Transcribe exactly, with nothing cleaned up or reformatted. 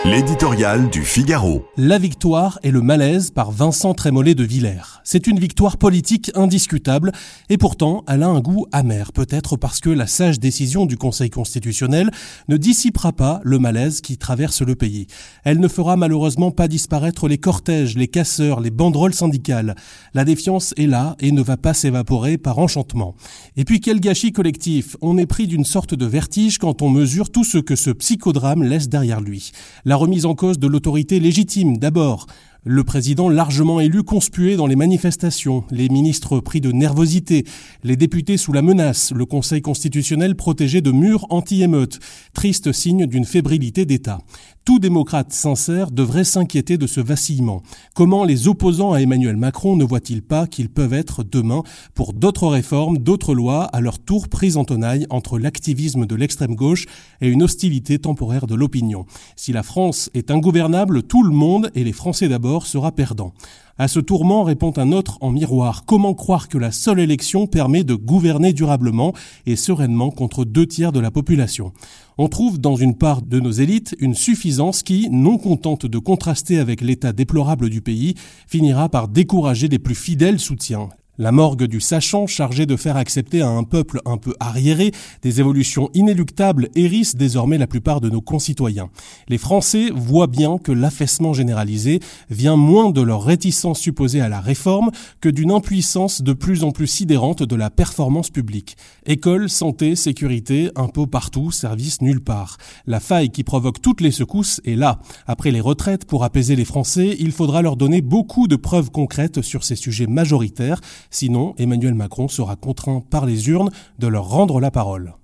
L'éditorial du Figaro. La victoire et le malaise par Vincent Trémollet de Villers. C'est une victoire politique indiscutable et pourtant elle a un goût amer, peut-être parce que la sage décision du Conseil constitutionnel ne dissipera pas le malaise qui traverse le pays. Elle ne fera malheureusement pas disparaître les cortèges, les casseurs, les banderoles syndicales. La défiance est là et ne va pas s'évaporer par enchantement. Et puis quel gâchis collectif. On est pris d'une sorte de vertige quand on mesure tout ce que ce psychodrame laisse derrière lui. La remise en cause de l'autorité légitime, d'abord. Le président largement élu conspué dans les manifestations, les ministres pris de nervosité, les députés sous la menace, le Conseil constitutionnel protégé de murs anti-émeutes, triste signe d'une fébrilité d'État. Tout démocrate sincère devrait s'inquiéter de ce vacillement. Comment les opposants à Emmanuel Macron ne voient-ils pas qu'ils peuvent être demain pour d'autres réformes, d'autres lois, à leur tour prises en tenaille entre l'activisme de l'extrême gauche et une hostilité temporaire de l'opinion. Si la France est ingouvernable, tout le monde, et les Français d'abord, sera perdant. À ce tourment répond un autre en miroir. Comment croire que la seule élection permet de gouverner durablement et sereinement contre deux tiers de la population ? On trouve dans une part de nos élites une suffisance qui, non contente de contraster avec l'état déplorable du pays, finira par décourager les plus fidèles soutiens. La morgue du sachant, chargée de faire accepter à un peuple un peu arriéré des évolutions inéluctables, hérisse désormais la plupart de nos concitoyens. Les Français voient bien que l'affaissement généralisé vient moins de leur réticence supposée à la réforme que d'une impuissance de plus en plus sidérante de la performance publique. École, santé, sécurité, impôts partout, services nulle part. La faille qui provoque toutes les secousses est là. Après les retraites, pour apaiser les Français, il faudra leur donner beaucoup de preuves concrètes sur ces sujets majoritaires. Sinon, Emmanuel Macron sera contraint par les urnes de leur rendre la parole.